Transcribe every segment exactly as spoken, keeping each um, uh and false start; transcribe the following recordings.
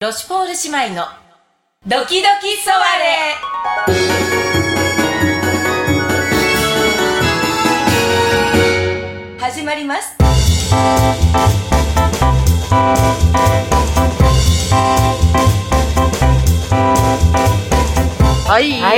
ロシュポール姉妹のドキドキソワレ。始まります。 はい、 はい、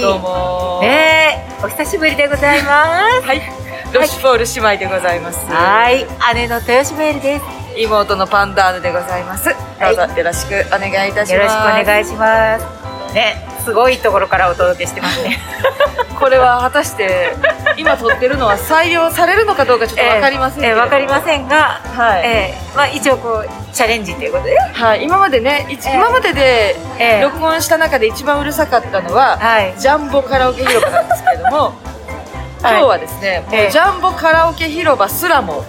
どうもねえ、お久しぶりでございますはい、ロシュポール姉妹でございます。 はい、姉の豊島エリです。 妹のパンダーヌでございます。どうぞよろしくお願いいたします。 よろしくお願いしますね。すごいところからお届けしてますねこれは果たして今撮ってるのは採用されるのかどうかちょっと分かりませんけれども、 えーえー、分かりませんが、 はい、 えーまあ、一応こうチャレンジということで、 はい、今までね、えー、今までで録音した中で一番うるさかったのは、えー、ジャンボカラオケ広場なんですけれども今日はですね、もうジャンボカラオケ広場すらも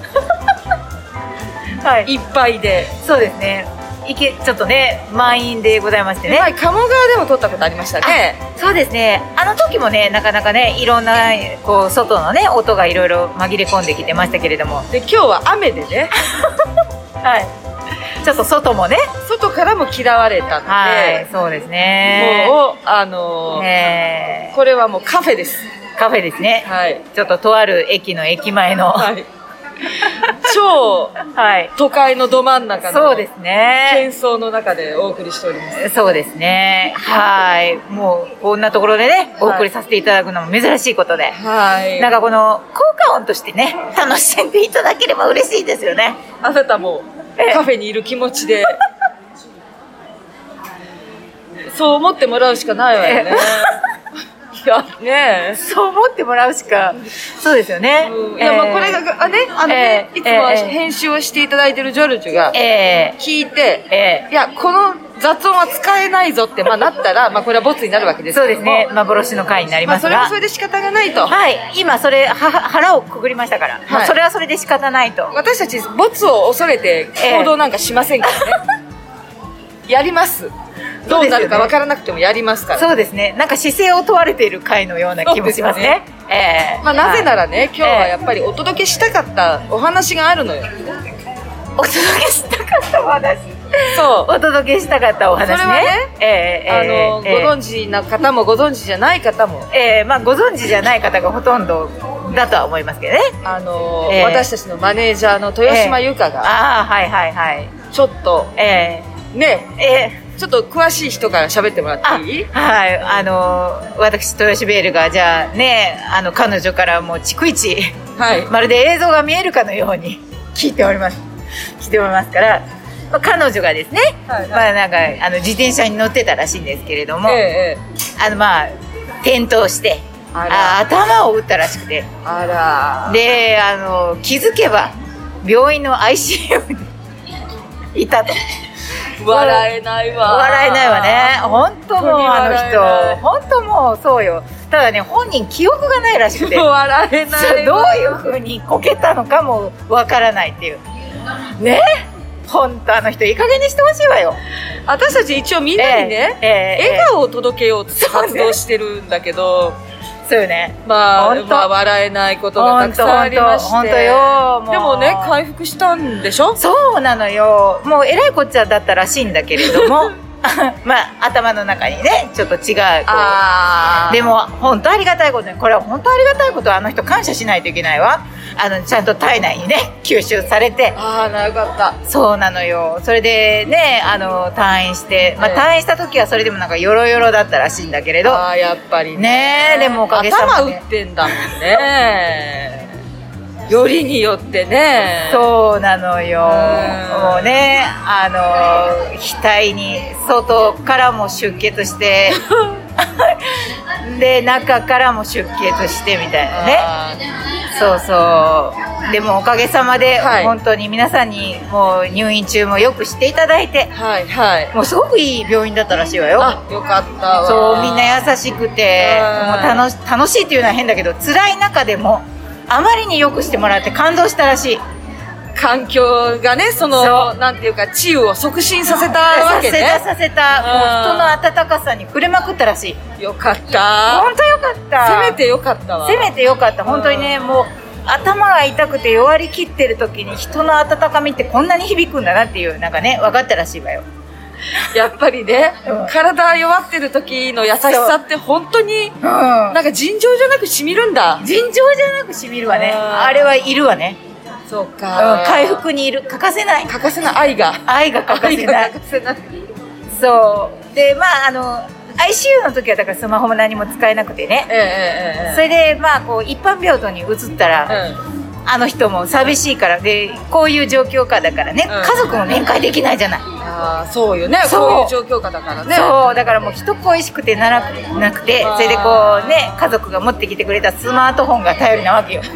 はい、いっぱいで、 そうですね、いけちょっとね満員でございましてね、 前鴨川でも撮ったことありましたね。 そうですね、あの時もねなかなかねいろんなこう外のね音がいろいろ紛れ込んできてましたけれども、 で今日は雨でねはい、ちょっと外もね外からも嫌われたので、 はい、そうですね、 もうあのーね、 これはもうカフェです。 カフェですね、はい、ちょっととある駅の駅前の、はい超都会のど真ん中のそうですね喧騒の中でお送りしております。 そうですね、はい、もうこんなところでねお送りさせていただくのも珍しいことで、はい、なんかこの効果音としてね楽しんでいただければ嬉しいですよね。 あなたもカフェにいる気持ちでそう思ってもらうしかないわよねいやね、 そう思ってもらうしか、そうですよね。 うん、いや、まあこれがあね、あのね、えー、いつも編集をしていただいてるジョルジュが聞いて、えー、いやこの雑音は使えないぞってまあなったら、まあこれはボツになるわけですけども、 そうですね、幻の回になりますが、 まあそれはそれで仕方がないと。 はい、今それは腹をくぐりましたから、はい、まあ、それはそれで仕方ないと。 私たちボツを恐れて行動なんかしませんからね。えー、やります。どうなるか分からなくてもやりますから。 そうですね、なんか姿勢を問われている回のような気もしますね。 えーまあ、なぜならね、今日はやっぱりお届けしたかったお話があるのよ。 お届けしたかったお話、 そう、 お届けしたかったお話ね。 それはね、えー、あの、えー、ご存知な方もご存知じゃない方も、 えーまあ、ご存知じゃない方がほとんどだとは思いますけどね。 あの、えー、私たちのマネージャーの豊島由香が、えー、 ああはいはいはい、 ちょっと、えー、ねえーちょっと詳しい人から喋ってもらっていい？ はい、あの私豊島ベールがじゃあね、あの彼女からもう逐一、はい、まるで映像が見えるかのように聞いております聞いておりますから、まあ、彼女がですね、はいはい、まあなんかあの自転車に乗ってたらしいんですけれども、ええ、あのまあ転倒してあ頭を打ったらしくて、 あらであの気づけば病院の アイシーユー にいたと。 笑えないわ、 笑えないわね、本当もうあの人本当もうそうよ。ただね、本人記憶がないらしくて笑えないどういう風にこけたのかもわからないっていうね。本当あの人いい加減にしてほしいわよ。 私たち一応みんなにね、えーえー、笑顔を届けようって活動してるんだけど、 そうよね、 まあ、まあ笑えないことがたくさんありまして、 本当よ、 もでもね回復したんでしょ。 そうなのよ、もうえらいこっちゃだったらしいんだけれどもまあ頭の中にねちょっと違うあでも本当ありがたいことね、これは本当ありがたいこと、あの人感謝しないといけないわ。あのちゃんと体内にね吸収されて、 ああなるほど、 そうなのよ。それでねあの退院して、まあ、退院した時はそれでもなんかヨロヨロだったらしいんだけれど、 ああやっぱりね, ねでもおかげさまで頭打ってんだもんねよりによってね。 そうなのよ、もうねあの額に外からも出血してで中からも出血してみたいなね。そうそう、でもおかげさまで、はい、本当に皆さんにもう入院中もよくしていただいて、はいはい、もうすごくいい病院だったらしいわよ。 あ、よかったわ。 そう、みんな優しくてもう楽し、楽しいっていうのは変だけど辛い中でもあまりによくしてもらって感動したらしい。 環境がね、そのなんていうか治癒を促進させたわけね。 させたさせた、もう人の温かさに触れまくったらしい。 よかった、 本当よかった。 せめてよかったわ。 せめてよかった、本当にね。もう頭が痛くて弱り切ってる時に人の温かみってこんなに響くんだなっていう、なんかね分かったらしいわよ。 やっぱりね、うん、体弱ってる時の優しさって本当に、うん、なんか尋常じゃなく染みるんだ。 尋常じゃなく染みるわね。あれはいるわね。 そうか、 うん、回復にいる。欠かせない。 欠かせない。愛が。 愛が欠かせない。欠かせない。そう。で、まあ、あの、アイシーユー の時はだからスマホも何も使えなくてね。ええええ、それで、まあ、こう、一般病棟に移ったら、うんあの人も寂しいからでこういう状況下だからね、うん、家族も面会できないじゃない。 あそうよね。そういう状況下だからね。 そうだからもう人恋しくてならなくてそれでこうね家族が持ってきてくれたスマートフォンが頼りなわけよ。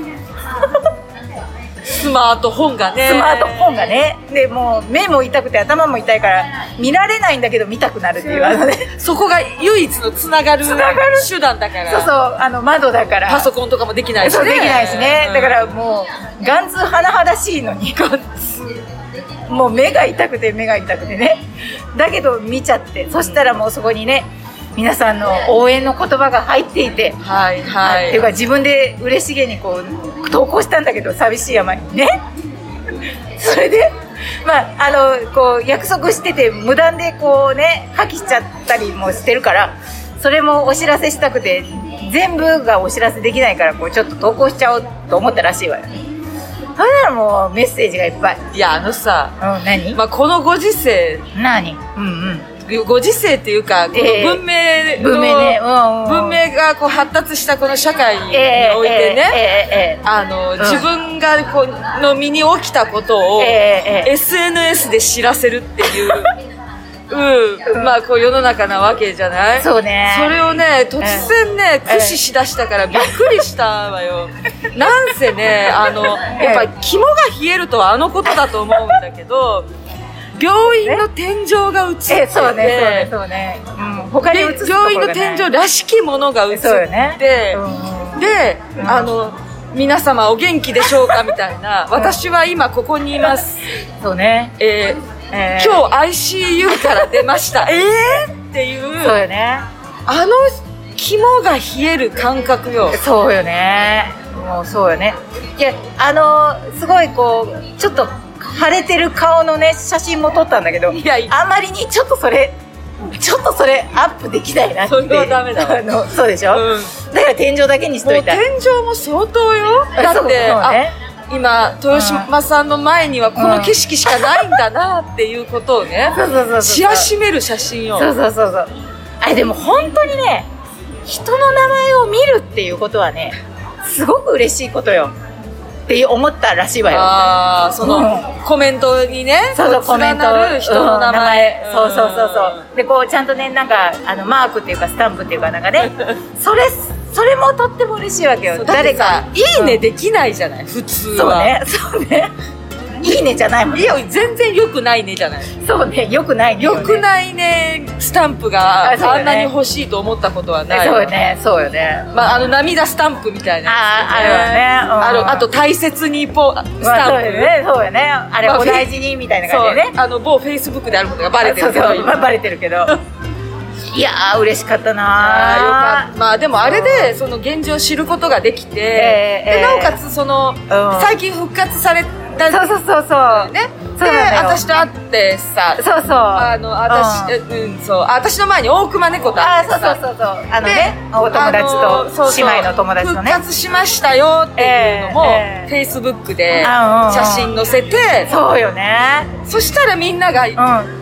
スマートフォンがねスマートフォンがねでもう目も痛くて頭も痛いから見られないんだけど見たくなるっていうあのねそこが唯一のつながる手段だから。 そうそうあの窓だからパソコンとかもできないしね。 そうできないしね、うん、だからもう眼痛甚だしいのにもう目が痛くて目が痛くてねだけど見ちゃってそしたらもうそこにね皆さんの応援の言葉が入っていて、 はいはい、 っていうか自分で嬉しげにこう投稿したんだけど寂しいあまりにねそれで、まあ、あのこう約束してて無断でこうね破棄しちゃったりもしてるからそれもお知らせしたくて全部がお知らせできないからこうちょっと投稿しちゃおうと思ったらしいわよ。それならもうメッセージがいっぱい。 いやあのさ、 うん、何、 まあ、このご時世何うんうんご時世っていうかこの文明の、えー、文明ね、うんうん、文明がこう発達したこの社会においてね、えーえーえー、あの、うん、自分がこうの身に起きたことを、えーえー、エスエヌエス で知らせるっていう、うん、まあこう世の中なわけじゃない。 そうね。 それをね突然ね、駆使しだしたからびっくりしたわよ。なんせねあのやっぱり肝が冷えるとはあのことだと思うんだけど。病院の天井が映ってて、 えそうねそうねそうね、うん、他に映すところがない。 病院の天井らしきものが映って、ねうん、で、うん、あの皆様お元気でしょうかみたいな、うん、私は今ここにいますそうね、 えーえー、今日 アイシーユー から出ましたえーっていうそうよねあの肝が冷える感覚よ。 そうよねもうそうよね。いやあのすごいこうちょっと腫れてる顔のね写真も撮ったんだけどいやあまりにちょっとそれちょっとそれアップできないなって。 それはダメだわ。 あのそうでしょ、うん、だから天井だけにしといた。 もう天井も相当よ。だって、ね、今豊島さんの前にはこの景色しかないんだなっていうことをね知らしめる写真よ。 そうそうそうそう。あれでも本当にね人の名前を見るっていうことはねすごく嬉しいことよって思ったらしいわよ。 ああその、うん、コメントにねそうそうコメント人の名前、 うん、そうそうそうそうでこうちゃんとねなんかあのマークっていうかスタンプっていうかなんかねそれそれもとっても嬉しいわけよ。 誰かいいねできないじゃない、うん、普通は。 そうねそうねいいねじゃないもん、ね、 いや全然良くないねじゃない。 そうね良くないね良くないねスタンプが あ,、ね、あんなに欲しいと思ったことはない。 そうよねそうよね、 まあ、あの涙スタンプみたいな、ね、 ああるわね、うん、 あるあと大切にポスタンプ、 まあ、そうよねそうよねあれお大事にみたいな感じでね、 あの某フェイスブックであることがバレてるけどそうそう、まあ、 バレてるけどいやー嬉しかったなあよかった。まあでもあれでその現状を知ることができて、えー、でなおかつその、うん、最近復活されたそうそうそうそうねで私と会ってさそうそうあの私、うん、うんそう私の前に大熊猫と会ってさあそうそうそうそうあのねお友達と姉妹の友達とね復活しましたよっていうのも、えー、フェイスブックで写真載せてそうよねそしたらみんなが、うん、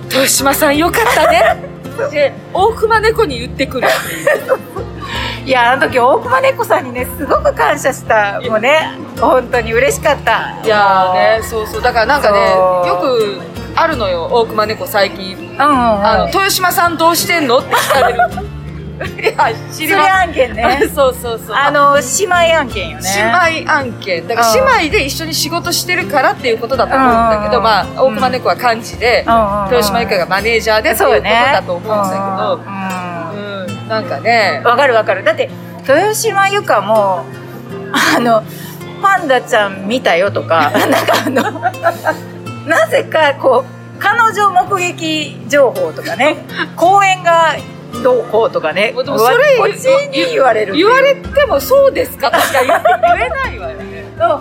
豊島さんよかったねで大熊猫に言ってくるいやあの時大熊猫さんにねすごく感謝したもうね本当に嬉しかった。 いやねそうそうだからなんかねよくあるのよ大熊猫最近、うんうんうん、あの豊島さんどうしてんのって聞かれるいや知りまそれ案件ねそうそうそうあの姉妹案件よね。 姉妹案件だから姉妹で一緒に仕事してるからっていうことだと思うんだけど、まあ大熊猫は幹事で、うん、豊島由香がマネージャーでっていうことだと思うんだけど、うんうん、なんかねわかるわかる。だって豊島由香もあのパンダちゃん見たよとかなんかあのなぜかこう彼女目撃情報とかね公園がどうこうとかねでもそれこっちに言われる言われてもそうですかとしか言えないわよね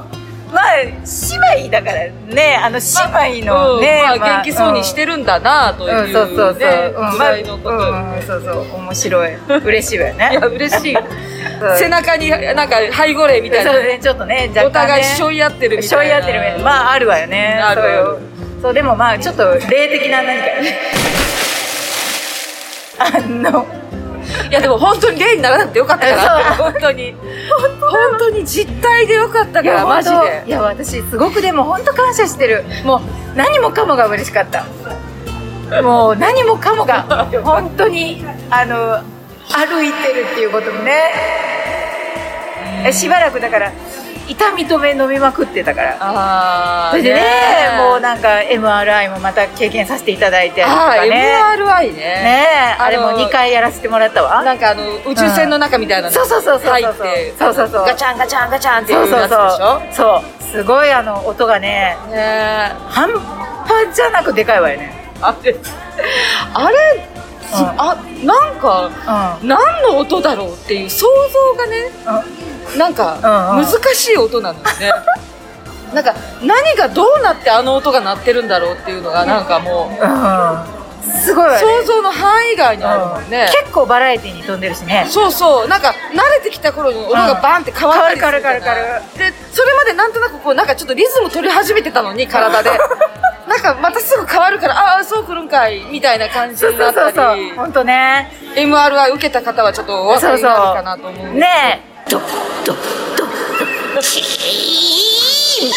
まあ姉妹だからね、あの姉妹のね、 まあ、まあ、元気そうにしてるんだなという、ね、うん、そうそうそう、 ぐらいのこと、うんうん、そうそう面白い嬉しいわよね。 いや嬉しい背中になんか背後霊みたいな、 そうね、ちょっとね、若干ね、 お互いしょい合ってるみたいな、 しょい合ってる、まああるわよね。あるある。そうでもまあちょっと霊的な何かねあのいやでも本当に霊にならなくてよかったから本当に本当に実体でよかったからマジで。 いや私すごくでも本当感謝してる。もう何もかもが嬉しかった。もう何もかもが本当にあの歩いてるっていうこともね、しばらくだから痛み止め飲みまくってたから、あそれでね、もうなんか エムアールアイ もまた経験させていただいてとかね。 エムアールアイ ね、 ねあ, あれもにかいやらせてもらったわ。 なんかあの宇宙船の中みたいなの入って、 そうそうそうそうそうガチャンガチャンガチャンっていうやつでしょ。 そうそうそうすごいあの音がねね半端じゃなくでかいわよね。 あれあれ、うん、あなんか、うん、何の音だろうっていう想像がね、うん、なんか難しい音なんですねなんか何がどうなってあの音が鳴ってるんだろうっていうのがなんかもう、うん、すごいわね、想像の範囲外にあるもんね、 うん、結構バラエティに飛んでるしね。 そうそう、なんか慣れてきた頃の音がバンって変わったりする、うん、 変わる変わる変わる。 でそれまでなんとなくこうなんかちょっとリズム取り始めてたのに体でなんかまたすぐ変わるからああそうくるんかいみたいな感じになったり。そうそうそう本当ね。 エムアールアイ 受けた方はちょっとお分かりになるかなと思うんですけど、 ねえドドドドチー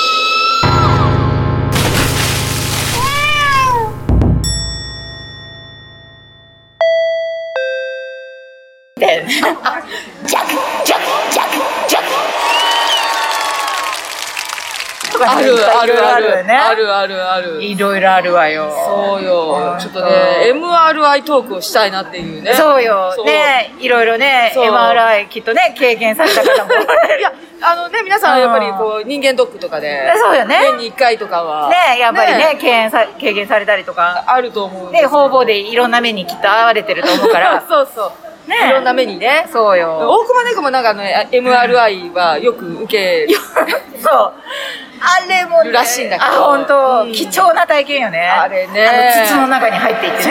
ジャクジャクジャクジャクジャクあるあるあるね、あるあるある、 いろいろあるわよ。 そうよ、ちょっとね エムアールアイ トークをしたいなっていうね。 そうよね、いろいろね エムアールアイ きっとね経験された方もいやあのね皆さんやっぱりこう人間ドックとかでそうよね年にいっかいとかはねやっぱりね経験さ経験されたりとかあると思うんですよね。方々でいろんな目にきっと遭われてると思うからそうそうね、いろんな目にね。 そうよ。 大熊猫もなんかね エムアールアイ はよく受けそうあれも、ね、 らしいんだけど、 あ本当、うん、貴重な体験よね。 あれね、 あの筒の中に入っていってね。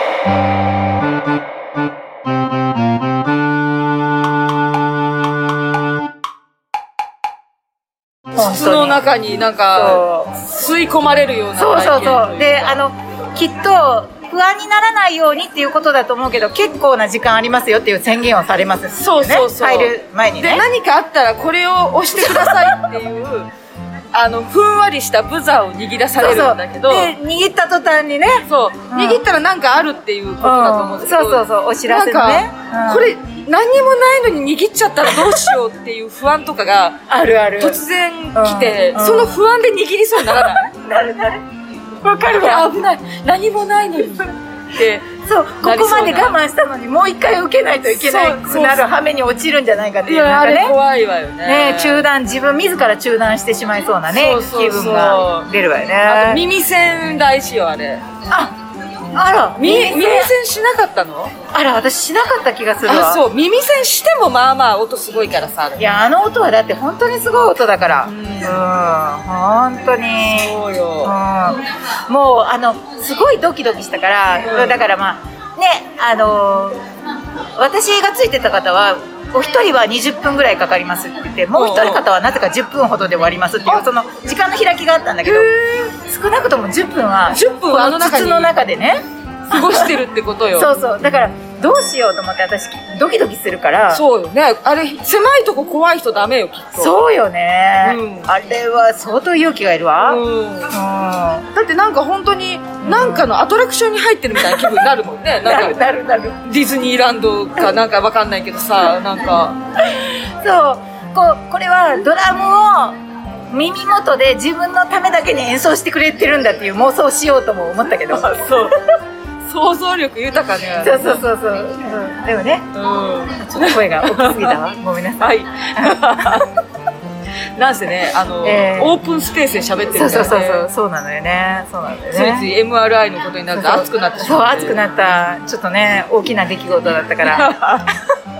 筒の中になんか吸い込まれるような体験。 そうそうそう。であのきっと不安にならないようにっていうことだと思うけど結構な時間ありますよっていう宣言をされます、ね、 そうそうそう、 入る前にね。 で何かあったらこれを押してくださいっていうあのふんわりしたブザーを握らされるんだけど、 そうそうで握った途端にねそう、うん、握ったら何かあるっていうことだと思うんですけど、 うん、そうそうそうお知らせのね、 うん、これ何にもないのに握っちゃったらどうしようっていう不安とかがあるある突然来て、うん、その不安で握りそうにならないなるなるわかるわ。危ない何もないのにってそうここまで我慢したのにもう一回受けないといけないくなる羽目に落ちるんじゃないかっていうのがね。 いやあれ怖いわよね。 ね中断自分自ら中断してしまいそうなねそうそうそう気分が出るわよね。 あと耳栓大事よあれ。 ああら耳耳栓しなかったの？ あら私しなかった気がするわ。 あそう耳栓してもまあまあ音すごいからさ。 いやあの音はだって本当にすごい音だからうん、うん、本当にそうよ、 うん、もうあのすごいドキドキしたから、うん、だからまあねあの私がついてた方はお一人はにじゅっぷんぐらいかかりますって言ってもう一人方はなぜかじゅっぷんほどで終わりますっていうその時間の開きがあったんだけど少なくともじゅっぷんはじゅっぷんはあの筒の中でね過ごしてるってことよそうそうだからどうしようと思って私ドキドキするからそうよねあれ狭いとこ怖い人ダメよきっとそうよね、うん、あれは相当勇気がいるわ、うんうん、 だってなんか本当になんかのアトラクションに入ってるみたいな気分になるもんねなんかなるなるディズニーランドかなんかわかんないけどさなんかそうこうこれはドラムを耳元で自分のためだけに演奏してくれてるんだっていう妄想をしようとも思ったけどそう想像力豊かねそうそうそうそう、うん、でもね、うん、ちょっと声が大きすぎたわごめんなさい、 はい、なんせねあの、えー、オープンスペースで喋ってるからねそうそうそうそうなのよねそうなんだよねついつい エムアールアイ のことになると熱くなってしまうそう熱くなったちょっとね大きな出来事だったから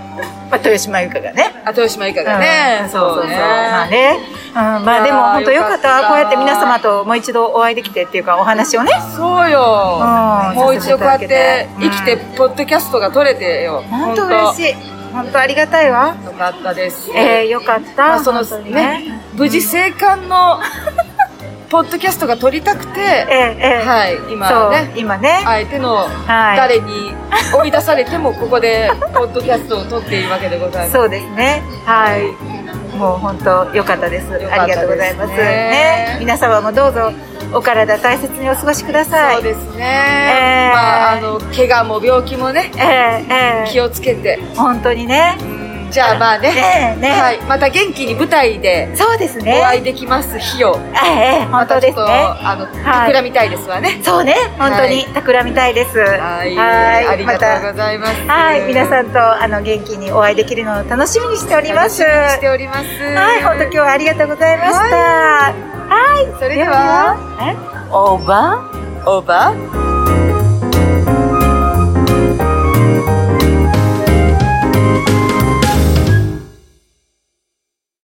まあ、豊島由香がね。 あ、豊島由香がね。 うん、そうそうそう。まあね。うん、まあでも本当よかった。こうやって皆様ともう一度お会いできてっていうかお話をね。 そうよ。うん、もう一度こうやって生きてポッドキャストが撮れてよ。 本当嬉しい。本当ありがたいわ。 よかったです。 えー、よかった。 まあ、そのね、無事生還のポッドキャストが撮りたくて、 ええはい、今ね、 今ね、 あえての誰に追い出されてもここでポッドキャストを撮っているわけでございます。 そうですね。はい。もう本当良かったです。ありがとうございます。ね、皆様もどうぞお体大切にお過ごしください。 そうですね。まああの怪我も病気もね、気をつけて。 本当にね。 じゃあまあね、はい、また元気に舞台でそうですねお会いできます日を、 ええ本当ですね。 あの企みたいですわね。 そうね、本当に企みたいです。 はい、ありがとうございます。 はい、皆さんとあの元気にお会いできるのを楽しみにしております。 楽しみにしております。 はい、本当今日はありがとうございました。はい、 それではオーバーオーバー。